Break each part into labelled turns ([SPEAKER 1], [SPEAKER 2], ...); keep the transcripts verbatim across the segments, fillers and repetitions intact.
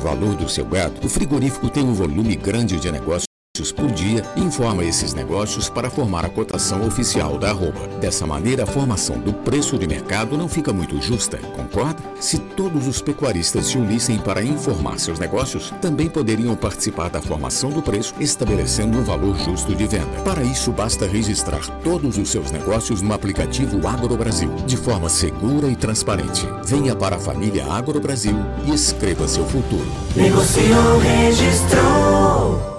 [SPEAKER 1] valor do seu gado, o frigorífico tem um volume grande de negócios por dia e informa esses negócios para formar a cotação oficial da arroba. Dessa maneira, a formação do preço de mercado não fica muito justa, concorda? Se todos os pecuaristas se unissem para informar seus negócios, também poderiam participar da formação do preço, estabelecendo um valor justo de venda. Para isso, basta registrar todos os seus negócios no aplicativo AgroBrasil, de forma segura e transparente. Venha para a família AgroBrasil e escreva seu futuro.
[SPEAKER 2] Negociou, registrou.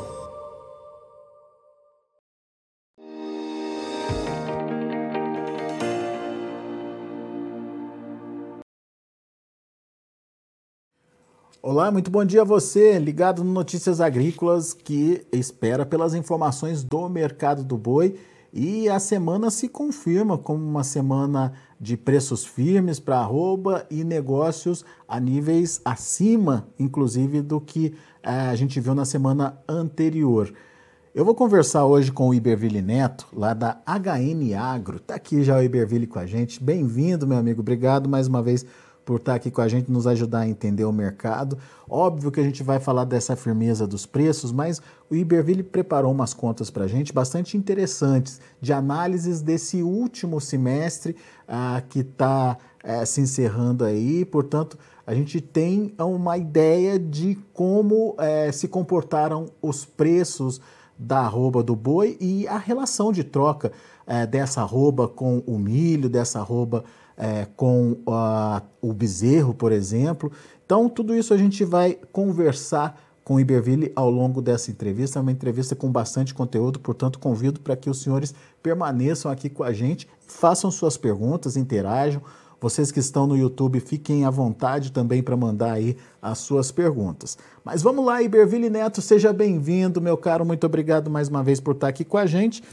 [SPEAKER 3] Olá, muito bom dia a você, ligado no Notícias Agrícolas, que espera pelas informações do mercado do boi. E a semana se confirma como uma semana de preços firmes para arroba e negócios a níveis acima, inclusive, do que eh, a gente viu na semana anterior. Eu vou conversar hoje com o Iberville Neto, lá da H N Agro. Está aqui já o Iberville com a gente. Bem-vindo, meu amigo. Obrigado mais uma vez por estar aqui com a gente, nos ajudar a entender o mercado. Óbvio que a gente vai falar dessa firmeza dos preços, mas o Iberville preparou umas contas para a gente bastante interessantes, de análises desse último semestre ah, que está eh, se encerrando aí. Portanto, a gente tem uma ideia de como eh, se comportaram os preços da arroba do boi e a relação de troca eh, dessa arroba com o milho, dessa arroba É, com uh, o bezerro, por exemplo. Então, tudo isso a gente vai conversar com o Iberville ao longo dessa entrevista. É uma entrevista com bastante conteúdo, portanto, convido para que os senhores permaneçam aqui com a gente, façam suas perguntas, interajam. Vocês que estão no YouTube, fiquem à vontade também para mandar aí as suas perguntas. Mas vamos lá, Iberville Neto, seja bem-vindo, meu caro. Muito obrigado mais uma vez por estar aqui com a gente.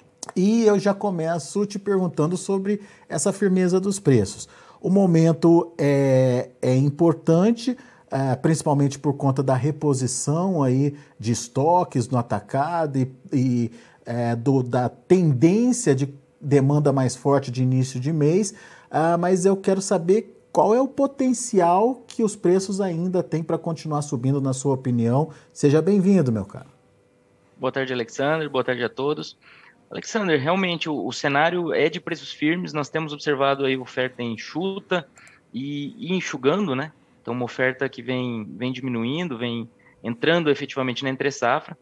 [SPEAKER 3] E eu já começo te perguntando sobre essa firmeza dos preços. O momento é, é importante, é, principalmente por conta da reposição aí de estoques no atacado e, e é, do, da tendência de demanda mais forte de início de mês, ah, mas eu quero saber qual é o potencial que os preços ainda têm para continuar subindo, na sua opinião. Seja bem-vindo, meu caro.
[SPEAKER 4] Boa tarde, Alexandre. Boa tarde a todos. Alexander, realmente o, o cenário é de preços firmes, nós temos observado aí oferta enxuta e, e enxugando, né? Então uma oferta que vem, vem diminuindo, vem entrando efetivamente na entre-safra,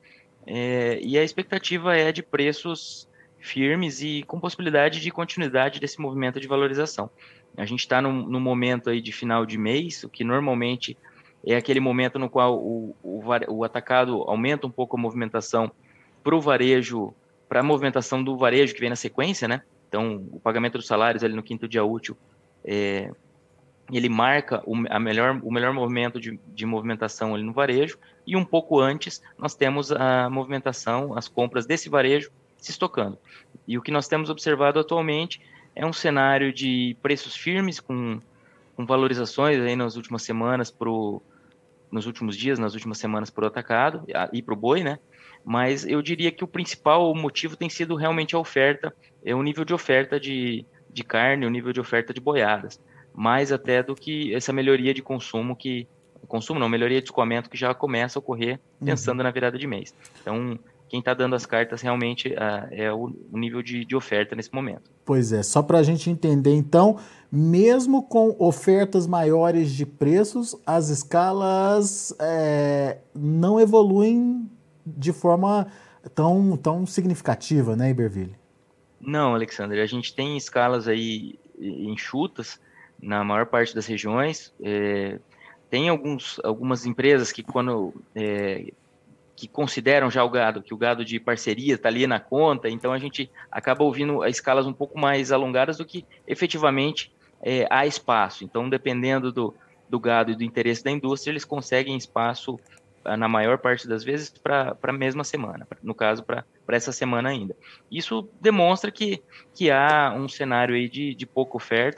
[SPEAKER 4] é, e a expectativa é de preços firmes e com possibilidade de continuidade desse movimento de valorização. A gente está num, num momento aí de final de mês, o que normalmente é aquele momento no qual o, o, o atacado aumenta um pouco a movimentação para o varejo, para a movimentação do varejo que vem na sequência, né? Então, o pagamento dos salários ali no quinto dia útil, é, ele marca o, a melhor, o melhor movimento de, de movimentação ali no varejo, e um pouco antes nós temos a movimentação, as compras desse varejo se estocando. E o que nós temos observado atualmente é um cenário de preços firmes, com, com valorizações aí nas últimas semanas, pro, nos últimos dias, nas últimas semanas para o atacado e para o boi, né? Mas eu diria que o principal motivo tem sido realmente a oferta, é o nível de oferta de, de carne, o nível de oferta de boiadas, mais até do que essa melhoria de consumo, que consumo não, melhoria de escoamento que já começa a ocorrer pensando uhum. na virada de mês. Então, quem está dando as cartas realmente uh, é o, o nível de, de oferta nesse momento.
[SPEAKER 3] Pois é, só para a gente entender, então, mesmo com ofertas maiores de preços, as escalas é, não evoluem de forma tão, tão significativa, né, Iberville?
[SPEAKER 4] Não, Alexandre, a gente tem escalas aí enxutas na maior parte das regiões. É, tem alguns, algumas empresas que quando é, que consideram já o gado, que o gado de parceria está ali na conta, então a gente acaba ouvindo escalas um pouco mais alongadas do que efetivamente é, há espaço. Então, dependendo do, do gado e do interesse da indústria, eles conseguem espaço na maior parte das vezes, para a mesma semana, no caso, para essa semana ainda. Isso demonstra que, que há um cenário aí de, de pouca oferta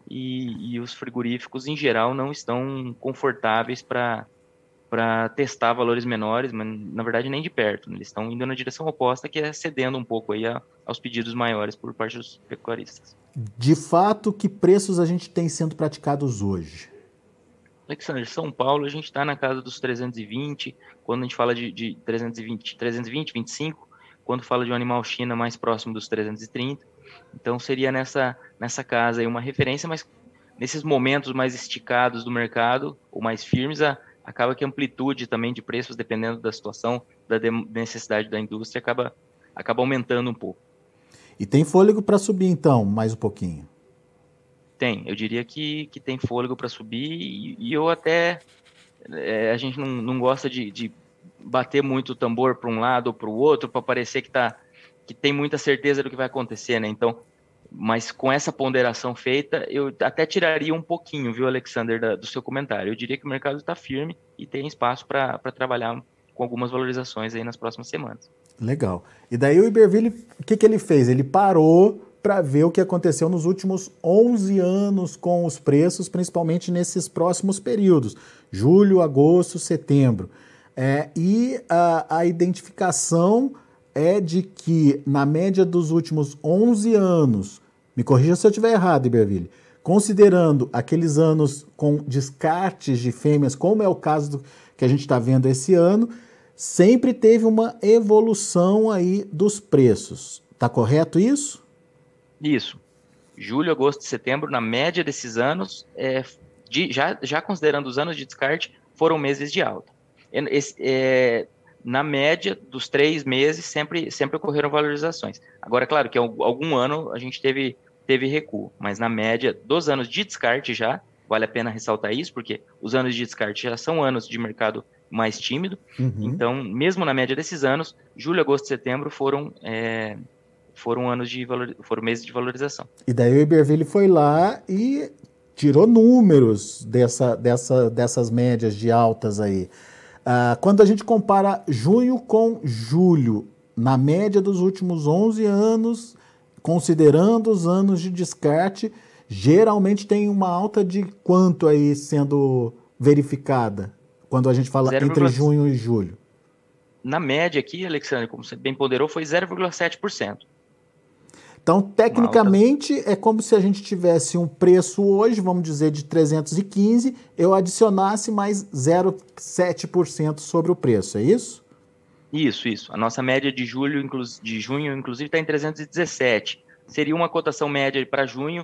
[SPEAKER 4] e, e os frigoríficos, em geral, não estão confortáveis para testar valores menores, mas, na verdade, nem de perto. Eles estão indo na direção oposta, que é cedendo um pouco aí a, aos pedidos maiores por parte dos pecuaristas.
[SPEAKER 3] De fato, que preços a gente tem sendo praticados hoje?
[SPEAKER 4] Alexandre, São Paulo, a gente está na casa dos trezentos e vinte, quando a gente fala de, de trezentos e vinte, trezentos e vinte, vinte e cinco, quando fala de um animal China mais próximo dos trezentos e trinta. Então seria nessa, nessa casa aí uma referência, mas nesses momentos mais esticados do mercado, ou mais firmes, a, acaba que a amplitude também de preços, dependendo da situação, da de, necessidade da indústria, acaba, acaba aumentando um pouco.
[SPEAKER 3] E tem fôlego para subir então, mais um pouquinho?
[SPEAKER 4] Tem, eu diria que, que tem fôlego para subir e, e eu até, é, a gente não, não gosta de, de bater muito o tambor para um lado ou para o outro para parecer que, tá, que tem muita certeza do que vai acontecer, né? Então, mas com essa ponderação feita, eu até tiraria um pouquinho, viu, Alexander, da, do seu comentário. Eu diria que o mercado está firme e tem espaço para trabalhar com algumas valorizações aí nas próximas semanas.
[SPEAKER 3] Legal. E daí o Iberville, o que, que ele fez? Ele parou para ver o que aconteceu nos últimos onze anos com os preços, principalmente nesses próximos períodos, julho, agosto, setembro. É, e a, a identificação é de que, na média dos últimos onze anos, me corrija se eu estiver errado, Iberville, considerando aqueles anos com descartes de fêmeas, como é o caso do, que a gente está vendo esse ano, sempre teve uma evolução aí dos preços. Está correto isso?
[SPEAKER 4] Isso. Julho, agosto e setembro, na média desses anos, é, de, já, já considerando os anos de descarte, foram meses de alta. Esse, é, na média dos três meses, sempre, sempre ocorreram valorizações. Agora, é claro que algum ano a gente teve, teve recuo, mas na média dos anos de descarte já, vale a pena ressaltar isso, porque os anos de descarte já são anos de mercado mais tímido. Uhum. Então, mesmo na média desses anos, julho, agosto e setembro foram... É, foram anos de valor, foram meses de valorização.
[SPEAKER 3] E daí o Iberville foi lá e tirou números dessa, dessa, dessas médias de altas aí. Ah, quando a gente compara junho com julho, na média dos últimos onze anos, considerando os anos de descarte, geralmente tem uma alta de quanto aí sendo verificada, quando a gente fala zero, entre junho e julho?
[SPEAKER 4] Na média aqui, Alexandre, como você bem ponderou, foi zero vírgula sete por cento.
[SPEAKER 3] Então, tecnicamente, é como se a gente tivesse um preço hoje, vamos dizer, de trezentos e quinze, eu adicionasse mais zero vírgula sete por cento sobre o preço, é isso?
[SPEAKER 4] Isso, isso. A nossa média de, julho, de junho, inclusive, está em trezentos e dezessete. Seria uma cotação média para junho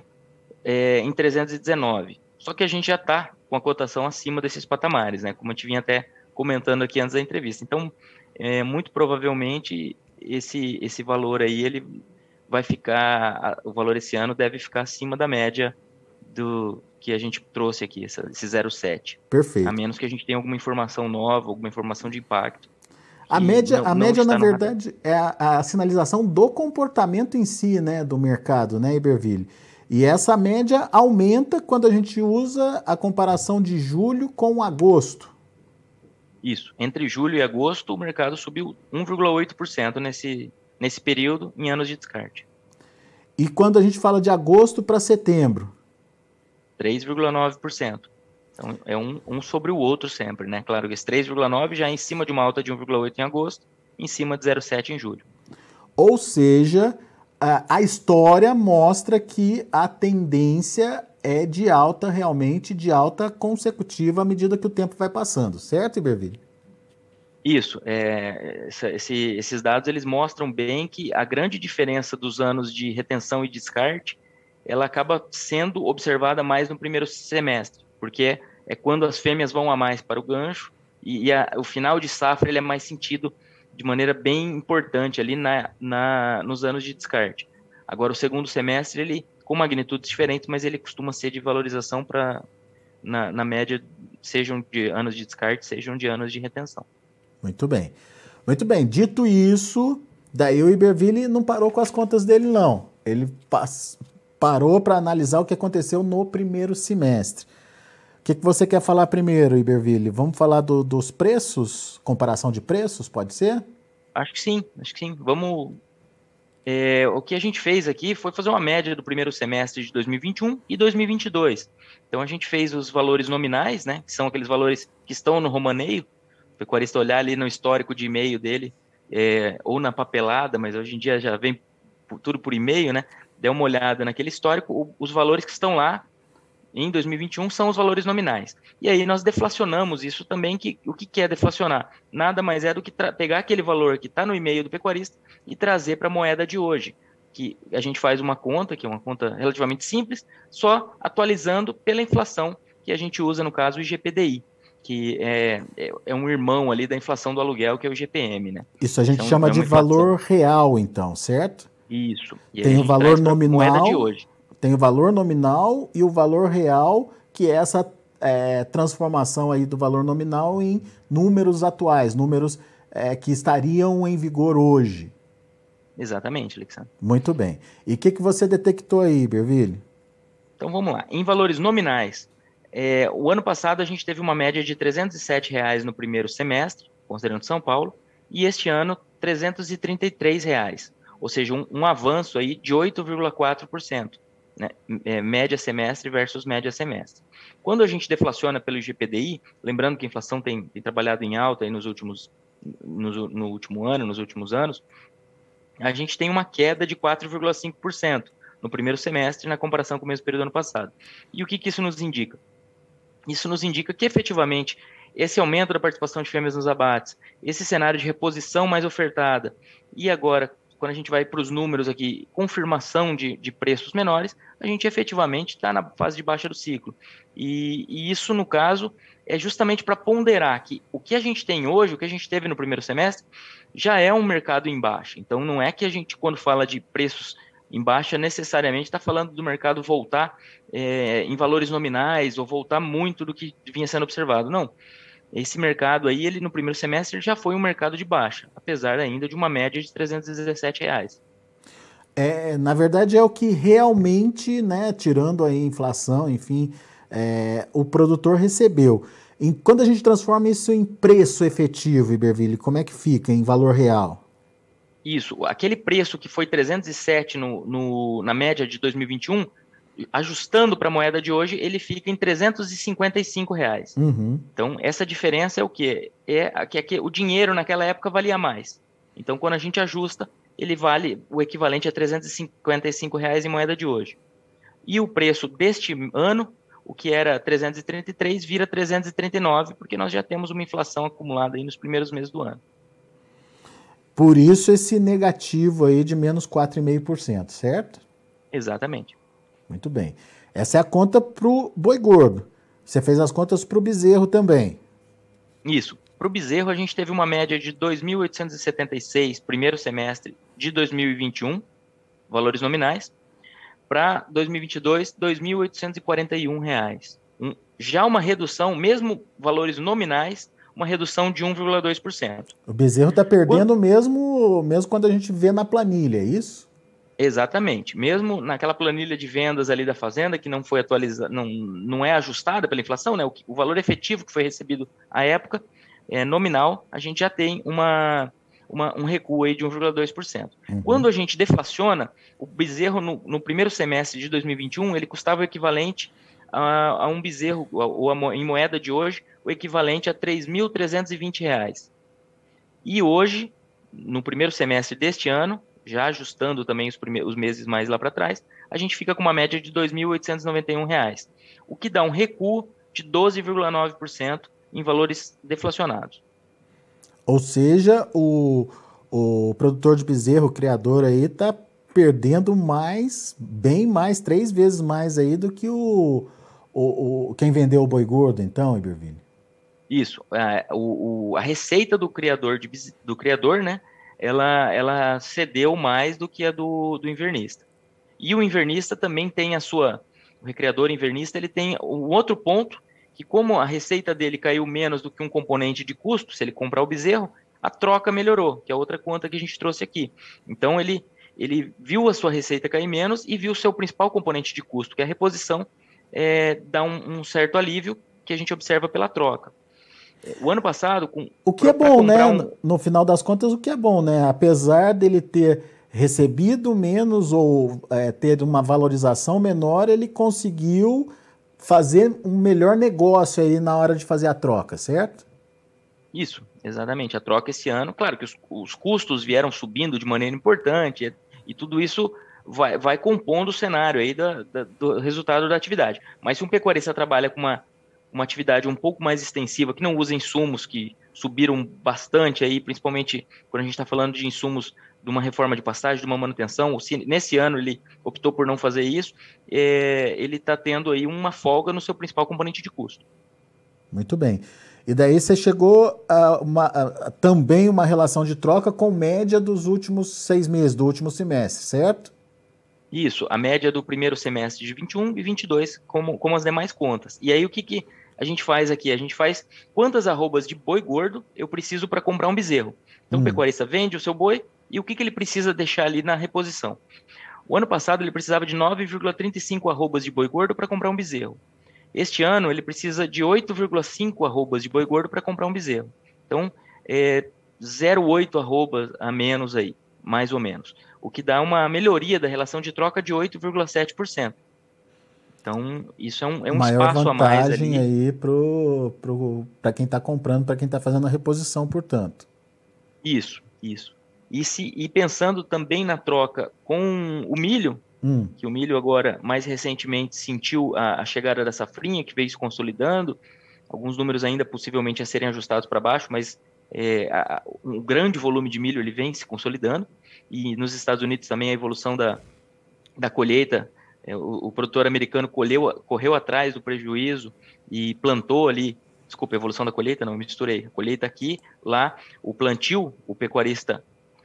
[SPEAKER 4] é, em trezentos e dezenove. Só que a gente já está com a cotação acima desses patamares, né? Como eu te vinha até comentando aqui antes da entrevista. Então, é, muito provavelmente, esse, esse valor aí, ele... vai ficar, o valor esse ano deve ficar acima da média do que a gente trouxe aqui, esse zero vírgula sete.
[SPEAKER 3] Perfeito.
[SPEAKER 4] A menos que a gente tenha alguma informação nova, alguma informação de impacto.
[SPEAKER 3] A média, não, a média na verdade, é a, a sinalização do comportamento em si, né, do mercado, né, Iberville? E essa média aumenta quando a gente usa a comparação de julho com agosto.
[SPEAKER 4] Isso. Entre julho e agosto, o mercado subiu um vírgula oito por cento nesse nesse período, em anos de descarte.
[SPEAKER 3] E quando a gente fala de agosto para setembro?
[SPEAKER 4] três vírgula nove por cento. Então, é um, um sobre o outro sempre, né? Claro que esse três vírgula nove por cento já é em cima de uma alta de um vírgula oito por cento em agosto, em cima de zero vírgula sete por cento em julho.
[SPEAKER 3] Ou seja, a, a história mostra que a tendência é de alta, realmente, de alta consecutiva à medida que o tempo vai passando. Certo, Iberville?
[SPEAKER 4] Isso, é, esse, esses dados eles mostram bem que a grande diferença dos anos de retenção e descarte, ela acaba sendo observada mais no primeiro semestre, porque é, é quando as fêmeas vão a mais para o gancho e, e a, o final de safra ele é mais sentido de maneira bem importante ali na, na, nos anos de descarte. Agora o segundo semestre, ele com magnitudes diferentes, mas ele costuma ser de valorização para, na, na média, sejam de anos de descarte, sejam de anos de retenção.
[SPEAKER 3] Muito bem. Muito bem. Dito isso, daí o Iberville não parou com as contas dele, não. Ele pas- parou para analisar o que aconteceu no primeiro semestre. O que, que você quer falar primeiro, Iberville? Vamos falar do, dos preços? Comparação de preços, pode ser?
[SPEAKER 4] Acho que sim, acho que sim. Vamos... É, o que a gente fez aqui foi fazer uma média do primeiro semestre de dois mil e vinte e um e dois mil e vinte e dois. Então a gente fez os valores nominais, né, que são aqueles valores que estão no romaneio. O pecuarista olhar ali no histórico de e-mail dele, é, ou na papelada, mas hoje em dia já vem por, tudo por e-mail, né? Dê uma olhada naquele histórico, o, os valores que estão lá em dois mil e vinte e um são os valores nominais. E aí nós deflacionamos isso também, que o que é deflacionar? Nada mais é do que pegar aquele valor que está no e-mail do pecuarista e trazer para a moeda de hoje, que a gente faz uma conta, que é uma conta relativamente simples, só atualizando pela inflação, que a gente usa, no caso, o I G P D I, que é, é, é um irmão ali da inflação do aluguel, que é o I G P M, né?
[SPEAKER 3] Isso a gente
[SPEAKER 4] então,
[SPEAKER 3] chama
[SPEAKER 4] é
[SPEAKER 3] de
[SPEAKER 4] inflação.
[SPEAKER 3] Valor real, então, certo?
[SPEAKER 4] Isso. E
[SPEAKER 3] tem o valor nominal,
[SPEAKER 4] moeda de hoje.
[SPEAKER 3] Tem o valor nominal e o valor real, que é essa é, transformação aí do valor nominal em números atuais, números é, que estariam em vigor hoje.
[SPEAKER 4] Exatamente, Alexandre.
[SPEAKER 3] Muito bem. E o que, que você detectou aí, Iberville?
[SPEAKER 4] Então vamos lá. Em valores nominais, é, o ano passado a gente teve uma média de trezentos e sete reais no primeiro semestre, considerando São Paulo, e este ano trezentos e trinta e três reais, ou seja, um, um avanço aí de oito vírgula quatro por cento, né? É, média semestre versus média semestre. Quando a gente deflaciona pelo I G P D I, lembrando que a inflação tem, tem trabalhado em alta aí nos últimos, no, no último ano, nos últimos anos, a gente tem uma queda de quatro vírgula cinco por cento no primeiro semestre na comparação com o mesmo período do ano passado. E o que, que isso nos indica? Isso nos indica que, efetivamente, esse aumento da participação de fêmeas nos abates, esse cenário de reposição mais ofertada, e agora, quando a gente vai para os números aqui, confirmação de, de preços menores, a gente efetivamente está na fase de baixa do ciclo. E, e isso, no caso, é justamente para ponderar que o que a gente tem hoje, o que a gente teve no primeiro semestre, já é um mercado em baixa. Então, não é que a gente, quando fala de preços em baixa, necessariamente está falando do mercado voltar é, em valores nominais ou voltar muito do que vinha sendo observado. Não. Esse mercado aí, ele no primeiro semestre já foi um mercado de baixa, apesar ainda de uma média de trezentos e dezessete reais.
[SPEAKER 3] É, na verdade, é o que realmente, né, tirando aí a inflação, enfim, é, o produtor recebeu. E quando a gente transforma isso em preço efetivo, Iberville, como é que fica em valor real?
[SPEAKER 4] Isso, aquele preço que foi trezentos e sete no, no, na média de dois mil e vinte e um, ajustando para a moeda de hoje, ele fica em trezentos e cinquenta e cinco reais.
[SPEAKER 3] Uhum.
[SPEAKER 4] Então, essa diferença é o quê? É que, que o dinheiro naquela época valia mais. Então, quando a gente ajusta, ele vale o equivalente a trezentos e cinquenta e cinco reais em moeda de hoje. E o preço deste ano, o que era trezentos e trinta e três, vira trezentos e trinta e nove, porque nós já temos uma inflação acumulada aí nos primeiros meses do ano.
[SPEAKER 3] Por isso esse negativo aí de menos quatro vírgula cinco por cento, certo?
[SPEAKER 4] Exatamente.
[SPEAKER 3] Muito bem. Essa é a conta para o boi gordo. Você fez as contas para o bezerro também.
[SPEAKER 4] Isso. Para o bezerro, a gente teve uma média de dois mil oitocentos e setenta e seis primeiro semestre de dois mil e vinte e um, valores nominais, para dois mil e vinte e dois, dois mil oitocentos e quarenta e um reais. Um, já uma redução, mesmo valores nominais, uma redução de um vírgula dois por cento.
[SPEAKER 3] O bezerro está perdendo quando... mesmo, mesmo quando a gente vê na planilha, é isso?
[SPEAKER 4] Exatamente. Mesmo naquela planilha de vendas ali da fazenda, que não foi atualizada, não, não é ajustada pela inflação, né? o, o valor efetivo que foi recebido à época, é, nominal, a gente já tem uma, uma, um recuo aí de um vírgula dois por cento. Uhum. Quando a gente deflaciona, o bezerro no, no primeiro semestre de dois mil e vinte e um, ele custava o equivalente a, a um bezerro, ou a, a, em moeda de hoje, o equivalente a três mil trezentos e vinte reais. E hoje, no primeiro semestre deste ano, já ajustando também os, primeiros, os meses mais lá para trás, a gente fica com uma média de dois mil oitocentos e noventa e um reais, o que dá um recuo de doze vírgula nove por cento em valores deflacionados.
[SPEAKER 3] Ou seja, o, o produtor de bezerro, o criador aí, está perdendo mais, bem mais, três vezes mais aí do que o, o, o quem vendeu o boi gordo, então, Iberville?
[SPEAKER 4] Isso. A, o, a receita do criador, de, do criador, né? Ela, ela cedeu mais do que a do, do invernista. E o invernista também tem a sua... O recriador invernista, ele tem um outro ponto, que como a receita dele caiu menos do que um componente de custo, se ele comprar o bezerro, a troca melhorou, que é outra conta que a gente trouxe aqui. Então, ele, ele viu a sua receita cair menos e viu o seu principal componente de custo, que é a reposição, é, dá um, um certo alívio que a gente observa pela troca. O ano passado... Com,
[SPEAKER 3] o que é bom, né? Um... No final das contas, o que é bom, né? Apesar dele ter recebido menos ou é, ter uma valorização menor, ele conseguiu fazer um melhor negócio aí na hora de fazer a troca, certo?
[SPEAKER 4] Isso, exatamente. A troca esse ano, claro que os, os custos vieram subindo de maneira importante e, e tudo isso vai, vai compondo o cenário aí da, da, do resultado da atividade. Mas se um pecuarista trabalha com uma, uma atividade um pouco mais extensiva, que não usa insumos que subiram bastante aí, principalmente quando a gente está falando de insumos de uma reforma de pastagem, de uma manutenção, se nesse ano ele optou por não fazer isso, é, ele está tendo aí uma folga no seu principal componente de custo.
[SPEAKER 3] Muito bem. E daí você chegou a, uma, a também uma relação de troca com média dos últimos seis meses, do último semestre, certo?
[SPEAKER 4] Isso, a média do primeiro semestre de vinte e um e vinte e dois, como, como as demais contas. E aí o que, que a gente faz aqui? A gente faz quantas arrobas de boi gordo eu preciso para comprar um bezerro. Então hum. o pecuarista vende o seu boi e o que, que ele precisa deixar ali na reposição. O ano passado ele precisava de nove vírgula trinta e cinco arrobas de boi gordo para comprar um bezerro. Este ano, ele precisa de oito vírgula cinco arrobas de boi gordo para comprar um bezerro. Então, é zero vírgula oito arrobas a menos aí, mais ou menos. O que dá uma melhoria da relação de troca de oito vírgula sete por cento. Então, isso é um, é um espaço a mais ali.
[SPEAKER 3] Maior vantagem aí pro, pro, para quem está comprando, para quem está fazendo a reposição, portanto.
[SPEAKER 4] Isso, isso. E, se, e pensando também na troca com o milho, Hum. que o milho agora, mais recentemente, sentiu a, a chegada da safrinha, que veio se consolidando, alguns números ainda possivelmente a serem ajustados para baixo, mas é, a, um grande volume de milho ele vem se consolidando, e nos Estados Unidos também a evolução da, da colheita, é, o, o produtor americano colheu, correu atrás do prejuízo e plantou ali, desculpa, a evolução da colheita, não, misturei, a colheita aqui, lá, o plantio, o pecuarista,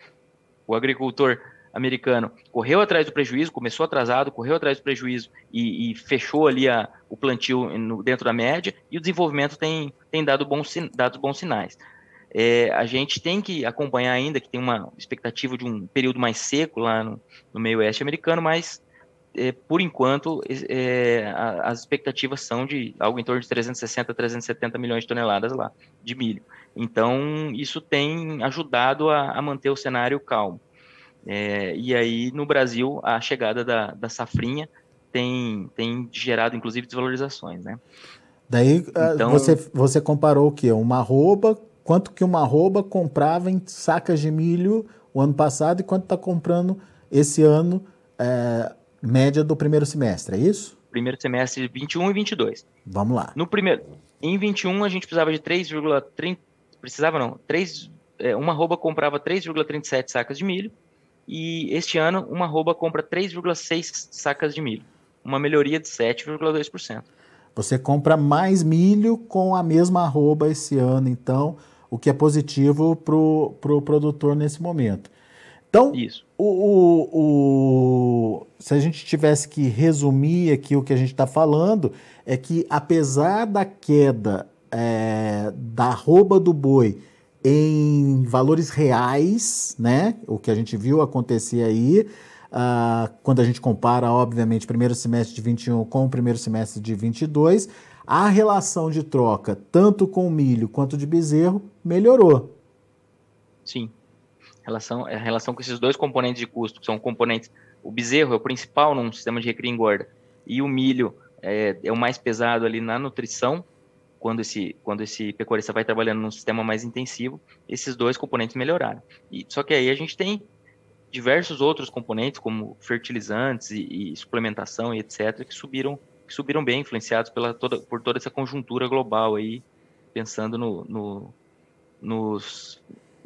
[SPEAKER 4] o agricultor americano correu atrás do prejuízo, começou atrasado, correu atrás do prejuízo e, e fechou ali a, o plantio no, dentro da média, e o desenvolvimento tem, tem dado, bons, dado bons sinais. É, a gente tem que acompanhar ainda, que tem uma expectativa de um período mais seco lá no, no meio oeste americano, mas é, por enquanto é, a, as expectativas são de algo em torno de trezentos e sessenta a trezentos e setenta milhões de toneladas lá de milho. Então isso tem ajudado a, a manter o cenário calmo. É, e aí, no Brasil, a chegada da, da safrinha tem, tem gerado, inclusive, desvalorizações, né?
[SPEAKER 3] Daí, então, você, você comparou o quê? Uma arroba, quanto que uma arroba comprava em sacas de milho o ano passado e quanto está comprando esse ano, é, média do primeiro semestre, é isso?
[SPEAKER 4] Primeiro semestre de vinte e um e vinte e dois.
[SPEAKER 3] Vamos lá.
[SPEAKER 4] No primeiro, em vinte e um, a gente precisava de três vírgula trinta... Precisava não, três, é, uma arroba comprava três vírgula trinta e sete sacas de milho, e este ano uma arroba compra três vírgula seis sacas de milho, uma melhoria de sete vírgula dois por cento.
[SPEAKER 3] Você compra mais milho com a mesma arroba esse ano, então, o que é positivo para o pro produtor nesse momento. Então,
[SPEAKER 4] Isso.
[SPEAKER 3] O, o, o, se a gente tivesse que resumir aqui o que a gente está falando, é que apesar da queda é, da arroba do boi em valores reais, né? O que a gente viu acontecer aí, uh, quando a gente compara, obviamente, o primeiro semestre de vinte e um com o primeiro semestre de vinte e dois, a relação de troca, tanto com milho quanto de bezerro, melhorou.
[SPEAKER 4] Sim. A relação, a relação com esses dois componentes de custo, que são componentes, o bezerro é o principal num sistema de recria e engorda, e o milho é, é o mais pesado ali na nutrição. Quando esse, quando esse pecuarista vai trabalhando num sistema mais intensivo, esses dois componentes melhoraram. E, só que aí a gente tem diversos outros componentes, como fertilizantes e, e suplementação e etcétera, que subiram, que subiram bem, influenciados pela toda, por toda essa conjuntura global, aí, pensando no, no, nos,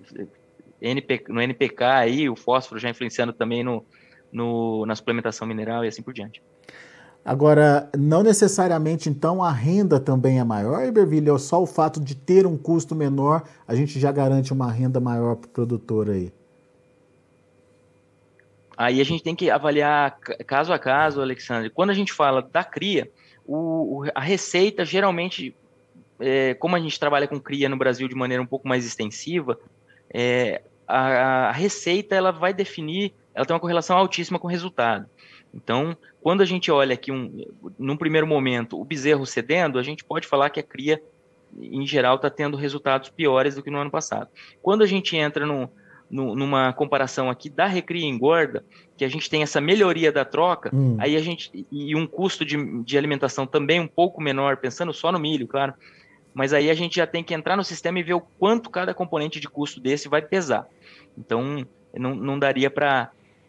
[SPEAKER 4] N P, no N P K, aí, o fósforo já influenciando também no, no, na suplementação mineral e assim por diante.
[SPEAKER 3] Agora, não necessariamente, então, a renda também é maior, Iberville? Só o fato de ter um custo menor, a gente já garante uma renda maior para o produtor aí?
[SPEAKER 4] Aí a gente tem que avaliar caso a caso, Alexandre. Quando a gente fala da cria, o, a receita, geralmente, é, como a gente trabalha com cria no Brasil de maneira um pouco mais extensiva, é, a, a receita ela vai definir, ela tem uma correlação altíssima com o resultado. Então, quando a gente olha aqui, um, num primeiro momento, o bezerro cedendo, a gente pode falar que a cria, em geral, está tendo resultados piores do que no ano passado. Quando a gente entra no, no, numa comparação aqui da recria e engorda, que a gente tem essa melhoria da troca, hum. aí a gente, e um custo de, de alimentação também um pouco menor, pensando só no milho, claro, mas aí a gente já tem que entrar no sistema e ver o quanto cada componente de custo desse vai pesar. Então, não, não daria para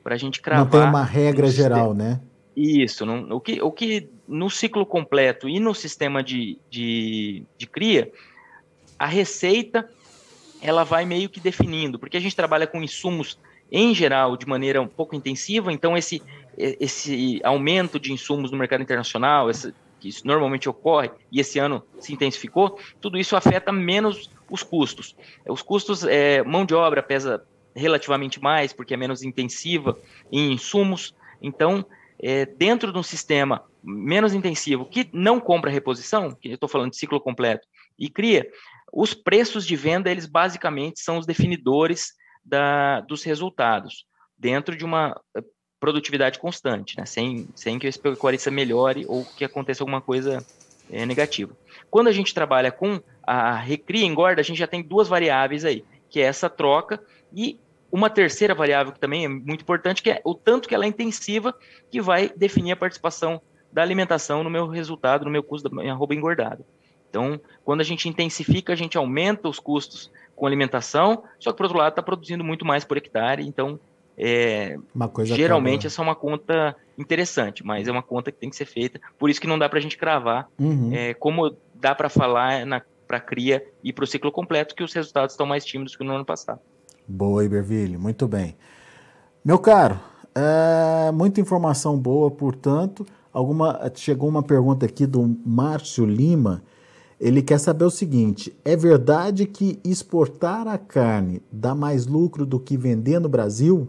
[SPEAKER 4] para a gente cravar...
[SPEAKER 3] Não tem uma regra
[SPEAKER 4] um
[SPEAKER 3] geral,
[SPEAKER 4] sistema.
[SPEAKER 3] né?
[SPEAKER 4] Isso. Não, o, que, o que no ciclo completo e no sistema de, de, de cria, a receita ela vai meio que definindo, porque a gente trabalha com insumos, em geral, de maneira um pouco intensiva, então esse, esse aumento de insumos no mercado internacional, esse, que isso normalmente ocorre, e esse ano se intensificou, tudo isso afeta menos os custos. Os custos, é, mão de obra pesa relativamente mais, porque é menos intensiva em insumos, então, é, dentro de um sistema menos intensivo, que não compra reposição, que eu estou falando de ciclo completo, e cria, os preços de venda, eles basicamente são os definidores da, dos resultados, dentro de uma produtividade constante, né? sem, sem que o pecuarista melhore ou que aconteça alguma coisa é, negativa. Quando a gente trabalha com a recria e engorda, a gente já tem duas variáveis aí, que é essa troca e uma terceira variável que também é muito importante, que é o tanto que ela é intensiva, que vai definir a participação da alimentação no meu resultado, no meu custo da minha arroba engordada. Então, quando a gente intensifica, a gente aumenta os custos com alimentação, só que, por outro lado, está produzindo muito mais por hectare, então, é, geralmente, acaba... essa é uma conta interessante, mas é uma conta que tem que ser feita, por isso que não dá para a gente cravar, uhum. é, como dá para falar para a cria e para o ciclo completo, que os resultados estão mais tímidos que no ano passado.
[SPEAKER 3] Boa, Iberville, muito bem. Meu caro, é, muita informação boa, portanto, alguma, chegou uma pergunta aqui do Márcio Lima. Ele quer saber o seguinte: é verdade que exportar a carne dá mais lucro do que vender no Brasil?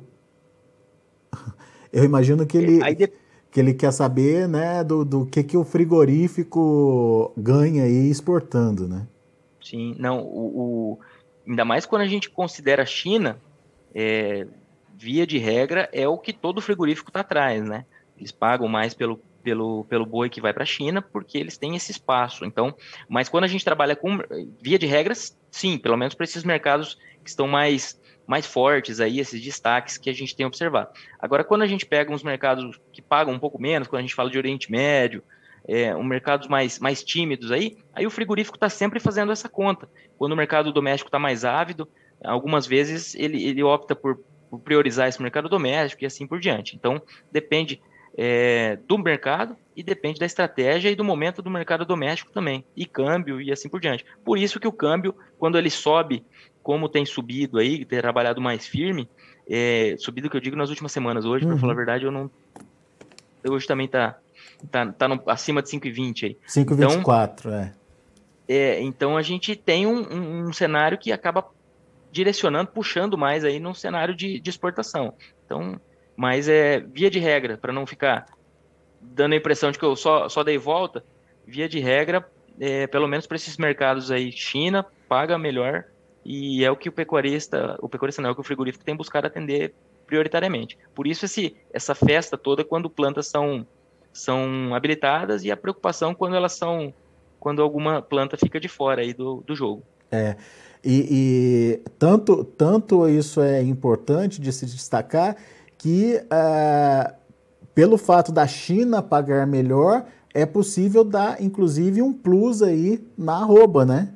[SPEAKER 3] Eu imagino que ele, de... que ele quer saber, né, do, do que, que o frigorífico ganha aí exportando, né?
[SPEAKER 4] Sim, não, o, o, ainda mais quando a gente considera a China, é, via de regra, é o que todo frigorífico está atrás, né? Eles pagam mais pelo Pelo, pelo boi que vai para a China, porque eles têm esse espaço. Então, mas quando a gente trabalha com, via de regras, sim, pelo menos para esses mercados que estão mais, mais fortes aí, esses destaques que a gente tem observado. Agora, quando a gente pega uns mercados que pagam um pouco menos, quando a gente fala de Oriente Médio, é, um mercados mais, mais tímidos aí, aí o frigorífico está sempre fazendo essa conta. Quando o mercado doméstico está mais ávido, algumas vezes ele, ele opta por, por priorizar esse mercado doméstico e assim por diante. Então, depende... É, do mercado e depende da estratégia e do momento do mercado doméstico também, e câmbio e assim por diante. Por isso que o câmbio, quando ele sobe, como tem subido aí, tem trabalhado mais firme, é, subido que eu digo nas últimas semanas, hoje, uhum. para falar a verdade, eu não... Hoje também está tá, tá no, acima de cinco e vinte aí.
[SPEAKER 3] cinco e vinte e quatro,
[SPEAKER 4] então,
[SPEAKER 3] é.
[SPEAKER 4] é. Então a gente tem um, um, um cenário que acaba direcionando, puxando mais aí num cenário de, de exportação. Então... Mas é via de regra, para não ficar dando a impressão de que eu só, só dei volta, via de regra, é, pelo menos para esses mercados aí, China paga melhor e é o que o pecuarista, o pecuarista não, é o que o frigorífico tem buscado atender prioritariamente. Por isso esse, essa festa toda quando plantas são, são habilitadas e a preocupação quando elas são, quando alguma planta fica de fora aí do, do jogo.
[SPEAKER 3] É, e, e tanto, tanto isso é importante de se destacar que, uh, pelo fato da China pagar melhor, é possível dar, inclusive, um plus aí na arroba, né?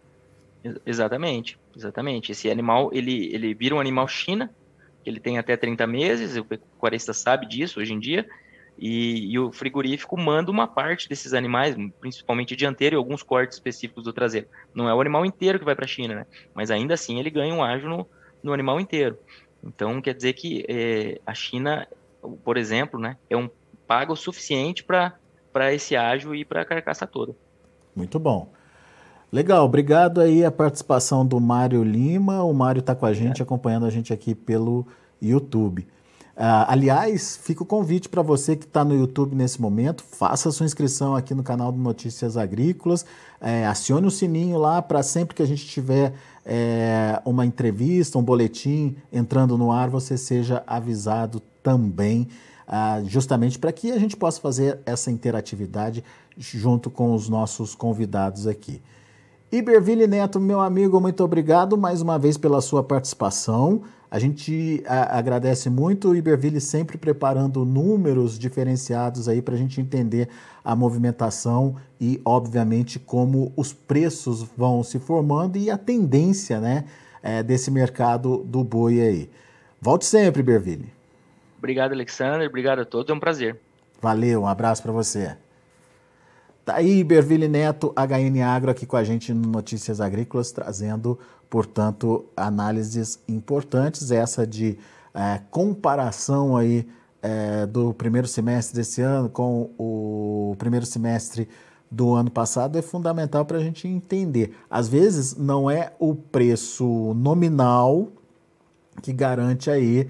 [SPEAKER 4] Exatamente, exatamente. Esse animal, ele, ele vira um animal China, ele tem até trinta meses, o pecuarista sabe disso hoje em dia, e, e o frigorífico manda uma parte desses animais, principalmente dianteiro e alguns cortes específicos do traseiro. Não é o animal inteiro que vai para a China, né? Mas ainda assim ele ganha um ágio no, no animal inteiro. Então, quer dizer que é, a China, por exemplo, né, é um pago suficiente para esse ágio e para a carcaça toda.
[SPEAKER 3] Muito bom. Legal, obrigado aí a participação do Mário Lima. O Mário está com a gente, é. acompanhando a gente aqui pelo YouTube. Uh, aliás, fica o convite para você que está no YouTube nesse momento, faça a sua inscrição aqui no canal do Notícias Agrícolas, é, acione o sininho lá para sempre que a gente tiver é, uma entrevista, um boletim entrando no ar, você seja avisado também, uh, justamente para que a gente possa fazer essa interatividade junto com os nossos convidados aqui. Iberville Neto, meu amigo, muito obrigado mais uma vez pela sua participação. A gente a, agradece muito o Iberville sempre preparando números diferenciados aí para a gente entender a movimentação e, obviamente, como os preços vão se formando e a tendência, né, é, desse mercado do boi aí. Volte sempre, Iberville.
[SPEAKER 4] Obrigado, Alexandre. Obrigado a todos. É um prazer.
[SPEAKER 3] Valeu, um abraço para você. Tá aí, Iberville Neto, H N Agro, aqui com a gente no Notícias Agrícolas, trazendo, portanto, análises importantes, essa de é, comparação aí é, do primeiro semestre desse ano com o primeiro semestre do ano passado é fundamental para a gente entender. Às vezes não é o preço nominal que garante aí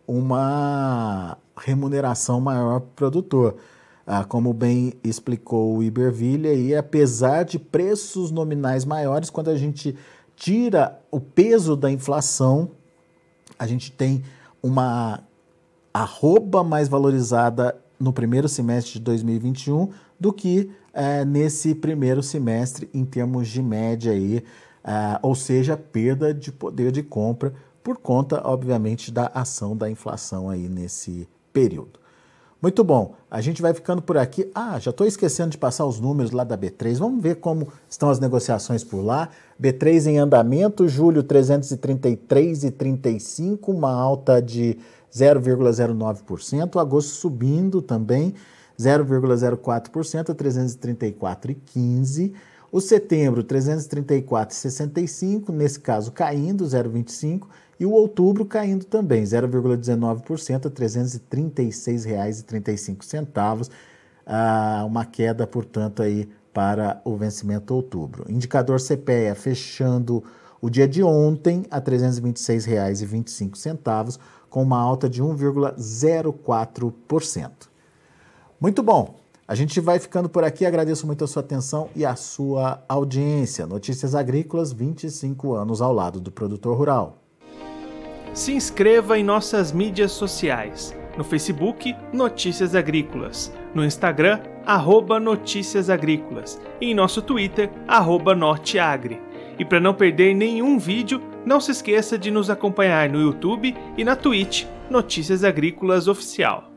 [SPEAKER 3] uma remuneração maior para o produtor. Ah, como bem explicou o Iberville, aí, apesar de preços nominais maiores, quando a gente tira o peso da inflação, a gente tem uma arroba mais valorizada no primeiro semestre de dois mil e vinte e um do que eh, nesse primeiro semestre em termos de média, aí, ah, ou seja, perda de poder de compra por conta, obviamente, da ação da inflação aí nesse período. Muito bom, a gente vai ficando por aqui. Ah, já estou esquecendo de passar os números lá da B três. Vamos ver como estão as negociações por lá. B três em andamento, julho trezentos e trinta e três vírgula trinta e cinco, uma alta de zero vírgula zero nove por cento. Agosto subindo também, zero vírgula zero quatro por cento a trezentos e trinta e quatro vírgula quinze. O setembro, trezentos e trinta e quatro vírgula sessenta e cinco, nesse caso caindo, zero vírgula vinte e cinco. E o outubro caindo também, zero vírgula dezenove por cento a trezentos e trinta e seis reais e trinta e cinco centavos, ah, uma queda, portanto, aí para o vencimento de outubro. Indicador C P E A fechando o dia de ontem a trezentos e vinte e seis reais e vinte e cinco centavos, com uma alta de um vírgula zero quatro por cento. Muito bom, a gente vai ficando por aqui, agradeço muito a sua atenção e a sua audiência. Notícias Agrícolas, vinte e cinco anos ao lado do produtor rural.
[SPEAKER 5] Se inscreva em nossas mídias sociais. No Facebook, Notícias Agrícolas. No Instagram, arroba Notícias Agrícolas. E em nosso Twitter, arroba Norteagri. E para não perder nenhum vídeo, não se esqueça de nos acompanhar no YouTube e na Twitch, Notícias Agrícolas Oficial.